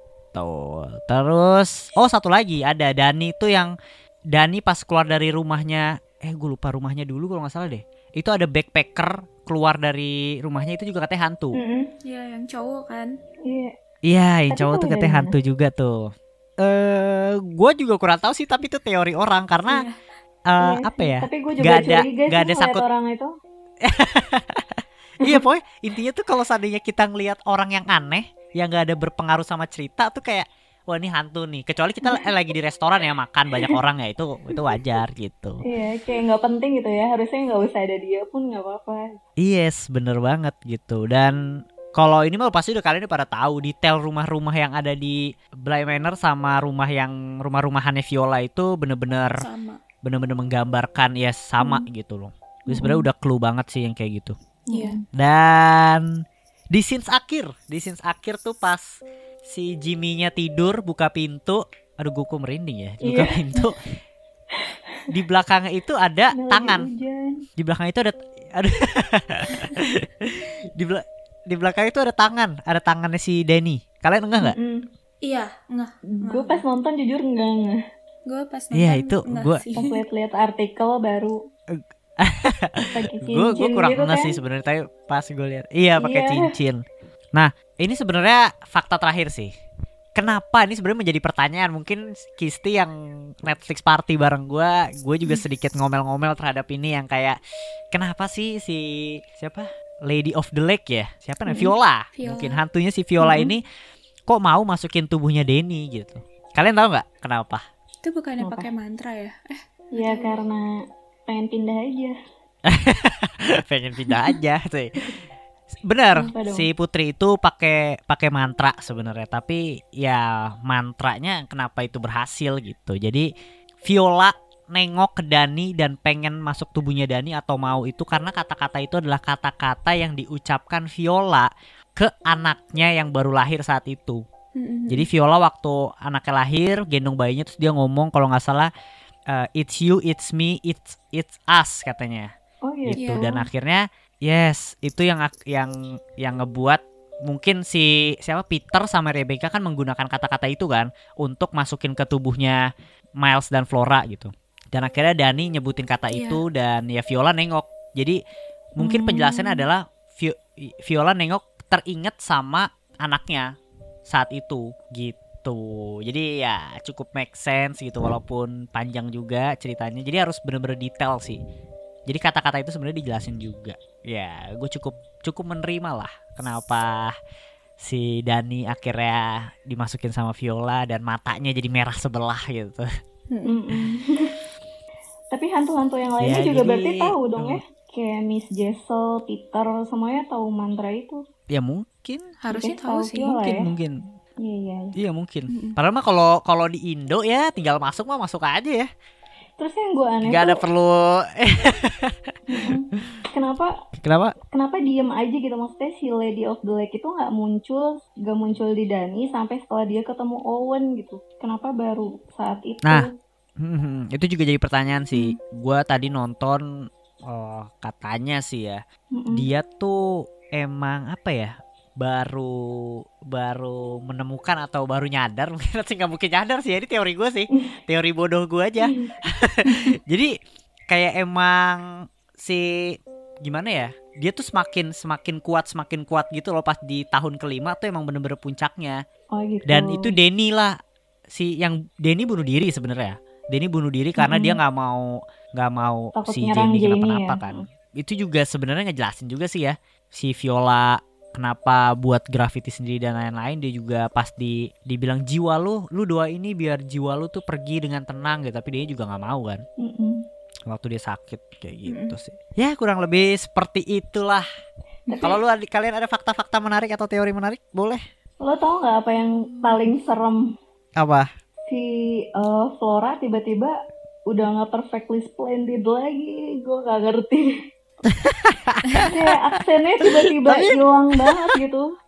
Terus satu lagi ada Dani tuh, yang Dani pas keluar dari rumahnya, gue lupa rumahnya dulu kalau nggak salah deh. Itu ada backpacker keluar dari rumahnya, itu juga katanya hantu. Iya, yang cowok kan. Iya. Iya, yang Tapi cowok tahu tuh dari katanya mana? hantu juga tuh. Gue juga kurang tahu sih, tapi itu teori orang karena Iya apa sih. ya? Tapi gue juga Nggak ada curiga sih ngeliat sangkut. orang itu. Iya pokoknya intinya tuh kalau seandainya kita ngelihat orang yang aneh yang gak ada berpengaruh sama cerita tuh kayak wah ini hantu nih. Kecuali kita lagi di restoran ya makan banyak orang ya, itu wajar gitu. Iya, kayak nggak penting gitu ya. Harusnya nggak usah ada dia pun nggak apa-apa. Yes, bener banget gitu. Dan kalau ini mah pasti udah kalian udah pada tahu detail rumah-rumah yang ada di Bly Manor sama rumah-rumahannya Viola itu bener-bener menggambarkan ya sama gitu loh. Jadi sebenarnya udah clue banget sih yang kayak gitu. Iya. Dan di scenes akhir tuh pas si Jimmy-nya tidur buka pintu, aduh gue kok merinding ya, buka pintu. Di belakangnya itu ada tangan. Di belakang itu ada di belakang itu ada tangannya si Danny. Kalian enggak nggak? Iya, enggak. Gue pas nonton jujur enggak. Gue pas nonton Iya itu gue Pas lihat artikel baru. gue kurang gitu nggak kan? sih sebenarnya, tapi pas gue lihat pakai cincin. Nah ini sebenarnya fakta terakhir sih. Kenapa ini sebenarnya menjadi pertanyaan, mungkin Kisti yang Netflix party bareng gue juga sedikit ngomel-ngomel terhadap ini, yang kayak kenapa sih si siapa Lady of the Lake ya, siapa namanya Viola. Mungkin hantunya si Viola ini kok mau masukin tubuhnya Denny gitu. Kalian tahu nggak kenapa? Itu bukannya Kenapa? pakai mantra ya? Ya karena pengen pindah aja. Pengen pindah aja sih. Bener, Kenapa dong? si Putri itu pakai mantra sebenarnya, tapi ya mantranya kenapa itu berhasil gitu. Jadi Viola nengok ke Dani dan pengen masuk tubuhnya Dani atau mau itu karena kata-kata itu adalah kata-kata yang diucapkan Viola ke anaknya yang baru lahir saat itu. Jadi Viola waktu anaknya lahir gendong bayinya terus dia ngomong kalau nggak salah it's you, it's me, it's us katanya. Oh gitu. Gitu. Dan akhirnya yes, itu yang ngebuat mungkin siapa Peter sama Rebecca kan menggunakan kata-kata itu kan untuk masukin ke tubuhnya Miles dan Flora gitu. Dan akhirnya Dani nyebutin kata itu dan ya Viola nengok. Jadi mungkin penjelasannya adalah Viola nengok teringat sama anaknya saat itu gitu. Jadi ya cukup make sense gitu walaupun panjang juga ceritanya. Jadi harus bener-bener detail sih. Jadi kata-kata itu sebenarnya dijelasin juga. Ya, gue cukup menerima lah kenapa si Dani akhirnya dimasukin sama Viola dan matanya jadi merah sebelah gitu. Tapi hantu-hantu yang lainnya Ya, juga jadi, berarti tahu dong ya. Kayak Miss Jessel, Peter, semuanya tahu mantra itu. Ya mungkin, Harusnya Oke, tahu tahu sih. Viola. mungkin. Iya. Iya mungkin. Padahal mah kalau di Indo ya tinggal masuk aja ya. Terus yang gue aneh Gak ada tuh perlu. kenapa diem aja gitu, maksudnya si Lady of the Lake itu nggak muncul di Dani sampai setelah dia ketemu Owen gitu. Kenapa baru saat itu? Nah, itu juga jadi pertanyaan sih. Gua tadi nonton katanya sih ya. Dia tuh emang apa ya? Baru menemukan atau baru nyadar. Mungkin nggak mungkin nyadar sih. Ini teori gue sih. Teori bodoh gue aja. Jadi kayak emang si gimana ya? Dia tuh semakin kuat gitu loh pas di tahun kelima tuh emang bener-bener puncaknya. Oh gitu. Dan itu Denny lah. Denny bunuh diri sebenarnya. Denny bunuh diri karena dia nggak mau Takut si nyerang Jamie Jamie kenapa-napa ya. kan. Itu juga sebenarnya ngejelasin juga sih ya. Si Viola kenapa buat graffiti sendiri dan lain-lain. Dia juga pas dibilang jiwa lu doa ini biar jiwa lu tuh pergi dengan tenang gitu. Tapi dia juga nggak mau kan. Waktu dia sakit kayak gitu sih. Ya kurang lebih seperti itulah. Kalau kalian ada fakta-fakta menarik atau teori menarik boleh. Lo tau nggak apa yang paling serem? Apa? Si Flora tiba-tiba udah nggak perfectly splendid lagi. Gue nggak ngerti. Kayak aksennya tiba-tiba hilang banget gitu.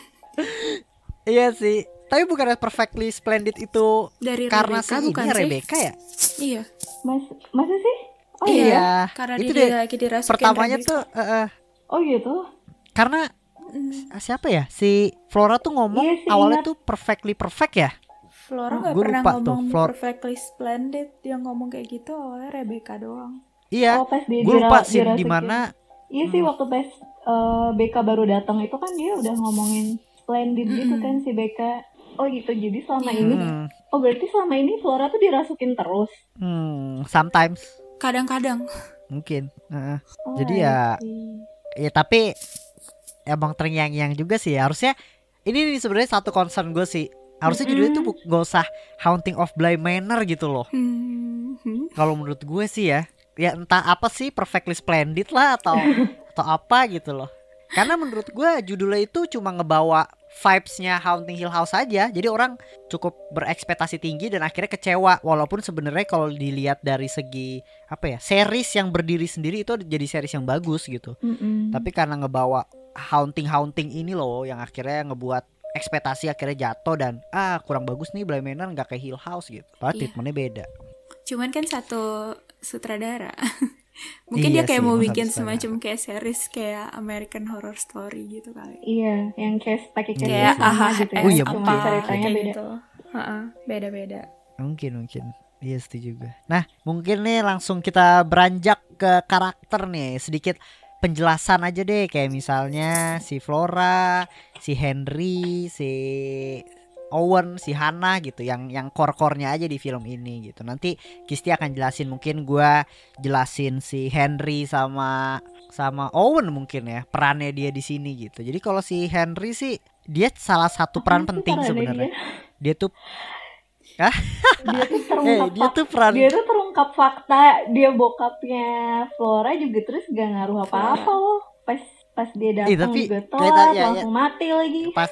Iya sih. Tapi bukan perfectly splendid itu Dari karena Rebecca, si bukan ini sih? Rebecca ya? Iya. Masa sih? Oh iya. Karena Itu dia deh. lagi dirasukin Pertamanya Rebecca. tuh Oh gitu. karena siapa ya? Si Flora tuh ngomong Iya sih, awalnya ingat. tuh perfectly perfect ya? Flora nggak Gua pernah lupa tuh, ngomong Flora. perfectly splendid. Dia ngomong kayak gitu awalnya Rebecca doang. Iya. Oh pas dia Gue lupa scene dirasukin. di mana. Iya sih waktu pas Becca baru datang itu kan dia udah ngomongin splendid gitu kan si Becca. Oh gitu, jadi selama ini oh berarti selama ini Flora tuh dirasukin terus. Sometimes Kadang-kadang. mungkin. Oh, Jadi I see. ya tapi emang terngiang-ngiang juga sih. Harusnya ini sebenarnya satu concern gue sih. Harusnya judulnya tuh gak usah Haunting of Bly Manor gitu loh. Kalau menurut gue sih ya entah apa sih perfectly splendid lah atau apa gitu loh. Karena menurut gue judulnya itu cuma ngebawa vibes-nya Haunting Hill House aja. Jadi orang cukup berekspektasi tinggi dan akhirnya kecewa. Walaupun sebenarnya kalau dilihat dari segi apa ya, series yang berdiri sendiri itu jadi series yang bagus gitu. Tapi karena ngebawa haunting ini loh yang akhirnya ngebuat ekspektasi akhirnya jatuh dan kurang bagus nih Bly Manor nggak kayak Hill House gitu. Padahal treatmentnya beda. Cuman kan satu sutradara. Mungkin Iya dia kayak sih, mau emang bikin satu semacam kayak series kayak American Horror Story gitu kali. Iya, yang pakai Kayak sama gitu ya. Oh iya, Cuma mungkin. ceritanya kayak beda. gitu. Beda-beda. Mungkin. Iya setuju juga. Nah mungkin nih langsung kita beranjak ke karakter nih. Sedikit penjelasan aja deh. Kayak misalnya si Flora, si Henry, si Owen, si Hannah gitu. Yang core-core-nya aja di film ini gitu. Nanti Kisti akan jelasin. Mungkin gue jelasin si Henry sama Owen mungkin ya. Perannya dia di sini gitu. Jadi kalau si Henry sih dia salah satu peran Apaan sih penting perannya sebenarnya. dia? Dia tuh Dia tuh terungkap dia tuh peran dia tuh terungkap fakta dia bokapnya Flora juga, terus gak ngaruh apa-apa loh. Pas dia datang tapi juga kita telat, ya langsung mati lagi. pas.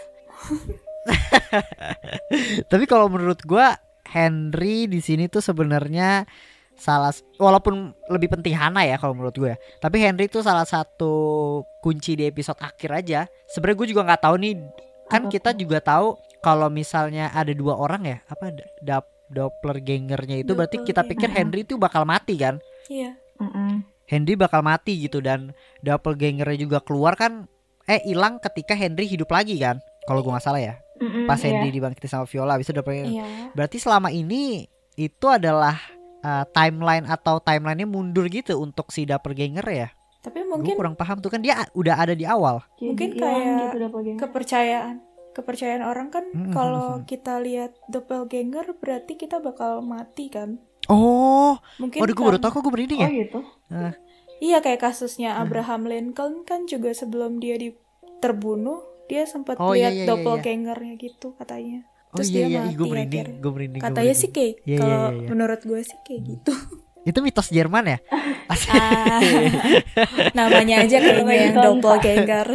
Tapi kalau menurut gua Henry di sini tuh sebenarnya walaupun lebih penting Hana ya kalau menurut gue. Tapi Henry tuh salah satu kunci di episode akhir aja. Sebenarnya gue juga nggak tahu nih. Kan Apa kita juga tahu kalau misalnya ada 2 orang ya, apa doppelgangernya itu berarti kita pikir Henry tuh bakal mati kan? Iya. Henry bakal mati gitu, dan doppelgangernya juga keluar kan, hilang ketika Henry hidup lagi kan? Kalau gue nggak salah ya. Pas Henry dibangkitin sama Viola, habis itu doppelganger. Iya. Berarti selama ini itu adalah timeline atau timelinenya mundur gitu untuk si doppelganger ya. Tapi Gue mungkin kurang paham tuh, kan dia udah ada di awal. mungkin Jadi kayak hilang gitu doppelganger. kepercayaan orang kan kalau kita lihat doppelganger berarti kita bakal mati kan. Oh, Mungkin waduh gue baru tau kok, gue merinding ya. Oh gitu. Iya, kayak kasusnya Abraham Lincoln kan juga sebelum dia terbunuh dia sempat lihat iya. doppelgangernya gitu katanya. Terus dia mati gue merinding, akhirnya. gue merinding. Katanya sih kayak Iya, kalau iya. menurut gue sih kayak gitu. Itu mitos Jerman ya? Ah, namanya aja kayaknya yang doppelganger.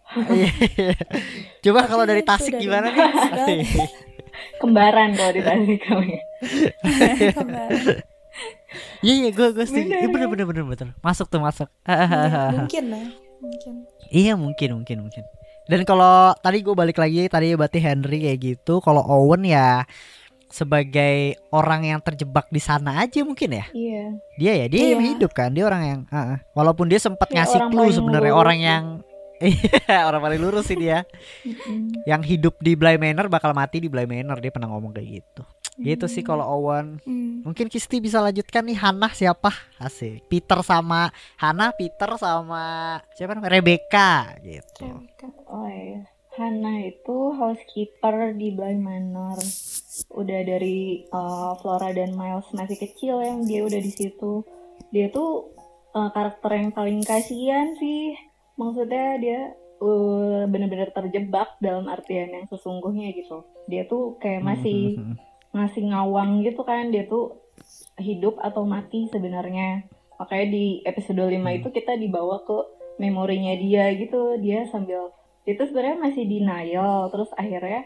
Coba kalau dari Itu Tasik dari gimana mana? nih? Kembaran kalau di Tasik kami. Kemarin. Iya, gue setuju. Bener, Bener. Masuk tuh, masuk. Mungkin lah, mungkin. Iya, mungkin. Dan kalau tadi gue balik lagi, tadi berarti Henry kayak gitu. Kalau Owen ya sebagai orang yang terjebak di sana aja mungkin ya. Iya. Dia Iya. yang hidup kan, dia orang yang walaupun dia sempat Kayak ngasih orang clue paling sebenarnya, lurus orang ya. yang orang paling lurus sih dia. Yang hidup di Bly Manor bakal mati di Bly Manor, dia pernah ngomong kayak gitu. Gitu sih kalau Owen. Mungkin Kisti bisa lanjutkan nih, Hannah siapa? Asik. Peter sama Hannah, Peter sama siapa namanya? Rebecca gitu. Oh iya. Hannah itu housekeeper di Bly Manor. Udah dari Flora dan Miles masih kecil yang dia udah di situ. Dia tuh karakter yang paling kasihan sih. Maksudnya dia benar-benar terjebak dalam artian yang sesungguhnya gitu. Dia tuh kayak masih ngawang gitu kan. Dia tuh hidup atau mati sebenarnya. Makanya di episode 5 itu kita dibawa ke memorinya dia gitu. Dia itu sebenarnya masih denial, terus akhirnya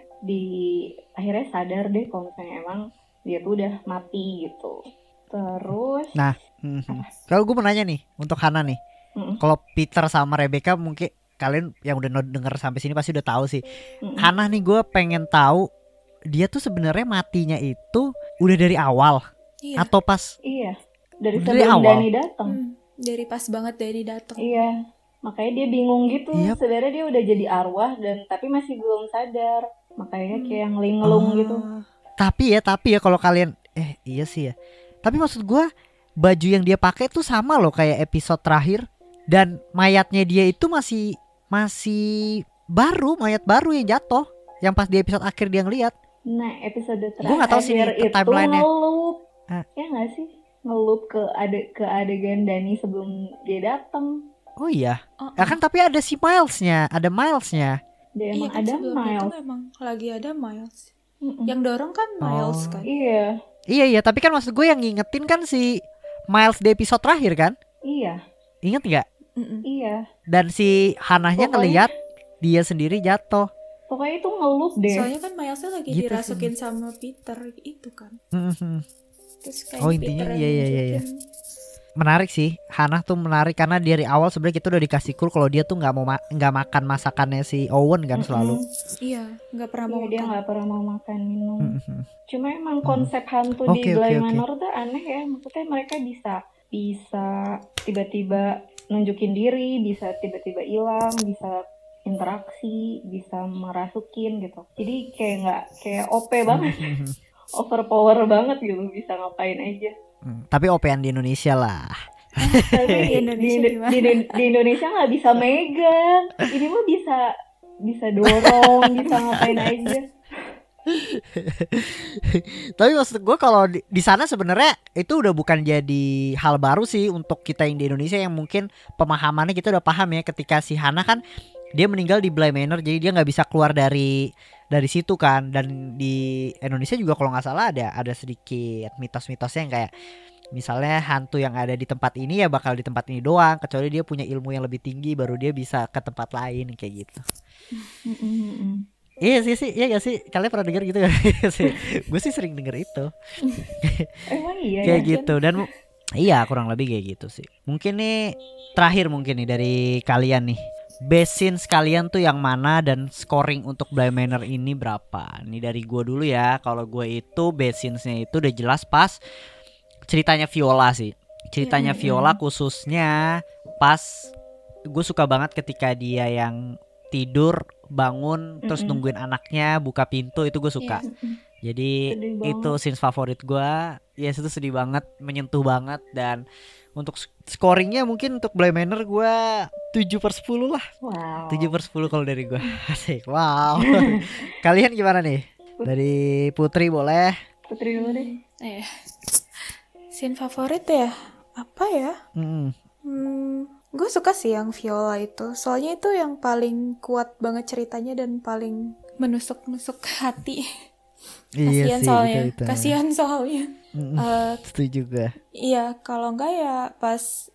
sadar deh kalau misalnya emang dia tuh udah mati gitu. Terus Nah, kalau gue mau nanya nih untuk Hannah nih. Kalau Peter sama Rebecca mungkin kalian yang udah denger sampai sini pasti udah tahu sih. Hannah nih, gue pengen tahu dia tuh sebenarnya matinya itu udah dari awal atau pas? Iya, dari Dari sebelum awal. Dani datang. Dari pas banget Dani datang. Iya, makanya dia bingung gitu. Yep. Sebenarnya dia udah jadi arwah tapi masih belum sadar. Makanya kayak yang linglung gitu. Tapi ya kalau kalian iya sih ya. Tapi maksud gue baju yang dia pakai tuh sama loh kayak episode terakhir, dan mayatnya dia itu masih mayat baru yang jatuh, yang pas di episode akhir dia ngeliat. Nah, episode terakhir Gue nggak tahu sih itu timelinenya. ngelup. Ya nggak sih? Ngelup ke adegan Dani sebelum dia datang. Oh iya. Kan tapi ada si Milesnya, ada Milesnya. Dia emang kan ada sebelum Miles. itu memang lagi ada Miles. Yang dorong kan Miles kan. Iya. Iya, tapi kan maksud gue yang ngingetin kan si Miles di episode terakhir kan? Iya. Ingat nggak? Iya. Dan si Hannahnya ngeliat dia sendiri jatuh. Pokoknya itu ngelup deh. Soalnya kan Milesnya lagi Gitu dirasukin sama Peter itu kan. Terus kayak Intinya Peter iya. nunjukin. Menarik sih, Hannah tuh menarik karena dari awal sebenarnya kita udah dikasih clue kalau dia tuh nggak makan masakannya si Owen kan selalu. Iya, nggak pernah mau Dia makan. nggak pernah mau makan minum. Cuma emang konsep hantu di Bly Manor tuh aneh ya. Maksudnya mereka bisa tiba-tiba nunjukin diri, bisa tiba-tiba hilang, bisa interaksi, bisa merasukin gitu. Jadi kayak OP banget. Overpower banget gitu, bisa ngapain aja. Tapi OP-an di Indonesia lah. Tapi di Indonesia nggak bisa megang. Ini mah bisa dorong, bisa ngapain aja. Tapi maksud gue kalau di sana sebenarnya itu udah bukan jadi hal baru sih untuk kita yang di Indonesia, yang mungkin pemahamannya kita udah paham ya. Ketika si Hannah kan dia meninggal di Bly Manor, jadi dia nggak bisa keluar dari situ kan. Dan di Indonesia juga kalau nggak salah ada sedikit mitos-mitosnya yang kayak misalnya hantu yang ada di tempat ini ya bakal di tempat ini doang, kecuali dia punya ilmu yang lebih tinggi baru dia bisa ke tempat lain kayak gitu. Iya sih, iya gak sih? Kalian pernah dengar gitu gak sih? Gue sih sering denger itu. Emang iya kayak ya? gitu. Dan iya kurang lebih kayak gitu sih. Mungkin nih terakhir mungkin nih dari kalian nih, best scenes kalian tuh yang mana dan scoring untuk Bly Manor ini berapa? Ini dari gue dulu ya. Kalau gue itu best scenes-nya itu udah jelas pas ceritanya Viola sih. Ceritanya Viola khususnya pas gue suka banget ketika dia yang tidur bangun terus nungguin anaknya buka pintu, itu gue suka. Jadi itu scenes favorit gue. Yes, itu sedih banget, menyentuh banget. Dan untuk scoringnya mungkin untuk Bly Manor gue 7/10 lah. Wow. 7/10 kalau dari gue. Asik. Wow. Kalian gimana nih? Dari Putri boleh. Putri dulu deh. Scene favorit ya? Apa ya? Gue suka sih yang Viola itu. Soalnya itu yang paling kuat banget ceritanya dan paling menusuk-nusuk hati. Kasihan sih, soalnya. betul. Kasihan soalnya. Setuju juga. Iya, kalau enggak ya pas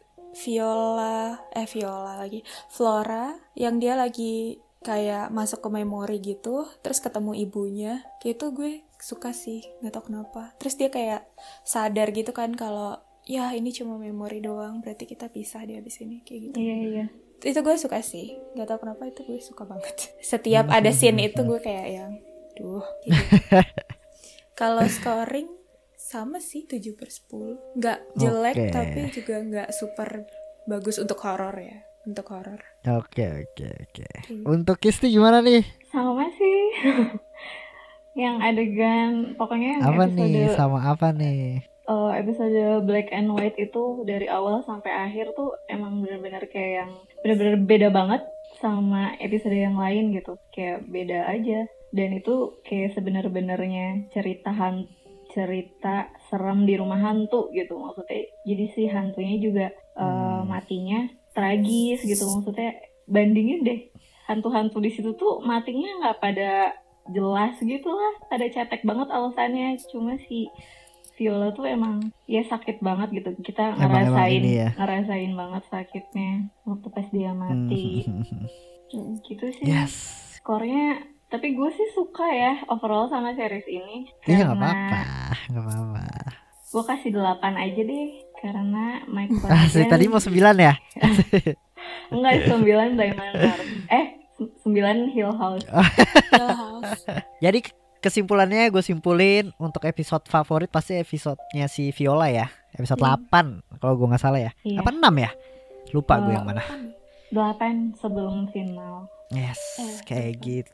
Flora yang dia lagi kayak masuk ke memori gitu, terus ketemu ibunya, kayak itu gue suka sih, nggak tahu kenapa. Terus dia kayak sadar gitu kan kalau ya ini cuma memori doang, berarti kita pisah di abis ini kayak gitu. Iya. Itu gue suka sih, nggak tahu kenapa itu gue suka banget. Setiap ada scene itu gue kayak yang, gitu. Kalau scoring sama sih 7/10, nggak jelek tapi juga nggak super bagus untuk horor ya. Untuk horor. Oke. Untuk Kisti gimana nih? Sama sih. Yang adegan pokoknya yang apa episode nih? Sama apa nih? Episode Black and White itu dari awal sampai akhir tuh emang benar-benar kayak yang benar-benar beda banget sama episode yang lain gitu. Kayak beda aja. Dan itu kayak sebenar-benarnya cerita serem di rumah hantu gitu maksudnya. Jadi si hantunya juga matinya tragis gitu, maksudnya bandingin deh hantu-hantu di situ tuh matinya nggak pada jelas gitu lah, pada cetek banget alasannya. Cuma si Viola tuh emang ya sakit banget gitu, kita ngerasain banget sakitnya waktu pas dia mati. Gitu sih. Skornya tapi gue sih suka ya overall sama series ini. Iya nggak apa-apa. Gue kasih 8 aja deh karena Mike Flanagan. Tadi mau 9 ya? Enggak, 9 Bly Manor. 9 Hill House. Jadi kesimpulannya gue simpulin untuk episode favorit pasti episodenya si Viola ya. Episode 8 kalau gue nggak salah ya. Apa 6 ya? Lupa gue yang mana. 8 sebelum final. Yes, kayak gitu.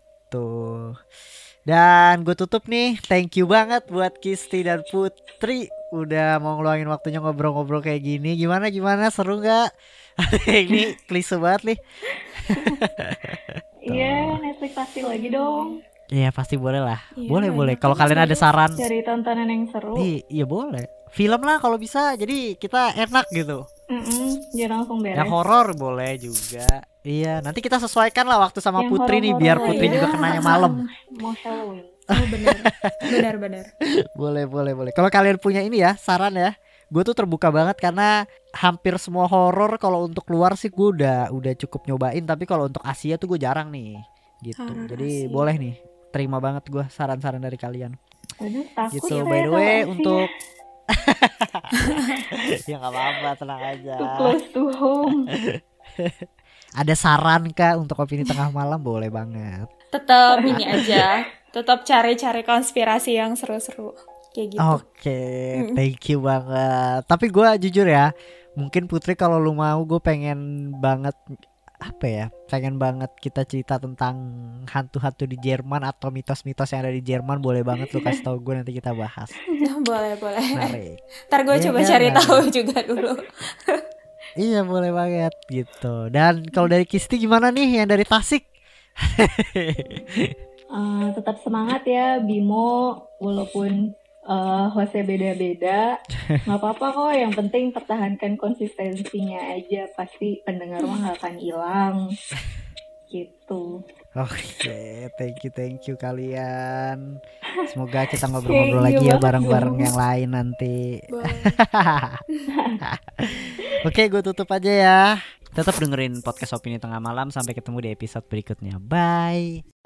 Dan gue tutup nih. Thank you banget buat Kisti dan Putri udah mau ngeluangin waktunya ngobrol-ngobrol kayak gini. Gimana seru nggak? Ini klise banget nih. Iya, Netflix pasti lagi dong. Iya pasti boleh lah. Boleh. Kalau kalian ada saran cari tontonan yang seru. Iya boleh. Film lah kalau bisa. Jadi kita enak gitu. Jangan langsung beres. Yang horor boleh juga. Iya, nanti kita sesuaikan lah waktu sama yang Putri nih biar Putri juga kenanya malam. Mau Halloween. Oh benar. Boleh. Kalau kalian punya ini ya saran ya. Gue tuh terbuka banget karena hampir semua horor kalau untuk luar sih gue udah cukup nyobain, tapi kalau untuk Asia tuh gue jarang nih. Gitu. Jadi boleh nih. Terima banget gue saran-saran dari kalian. Aduh, takut gitu. Ya, By the way untuk ya nggak apa-apa, tenang aja. Too close to home. Ada saran kah untuk opini tengah malam? Boleh banget. Tetap ini aja. Tetap cari-cari konspirasi yang seru-seru kayak gitu. Oke, thank you banget. Tapi gue jujur ya, mungkin Putri kalau lu mau, gue pengen banget pengen banget kita cerita tentang hantu-hantu di Jerman atau mitos-mitos yang ada di Jerman. Boleh banget lu kasih tau gue, nanti kita bahas. Boleh. Menarik. Ntar gue coba cari tahu juga dulu. Iya boleh banget gitu. Dan kalau dari Kisti gimana nih yang dari Tasik? Tetap semangat ya Bimo, walaupun hostnya beda-beda, nggak apa-apa kok. Yang penting pertahankan konsistensinya aja, pasti pendengar mah nggak akan hilang. gitu. Oke, thank you kalian. Semoga kita ngobrol-ngobrol Thank you lagi ya banget, bareng-bareng Bang. yang lain nanti. Boleh. Oke, gue tutup aja ya. Tetap dengerin podcast Opini Tengah Malam. Sampai ketemu di episode berikutnya. Bye.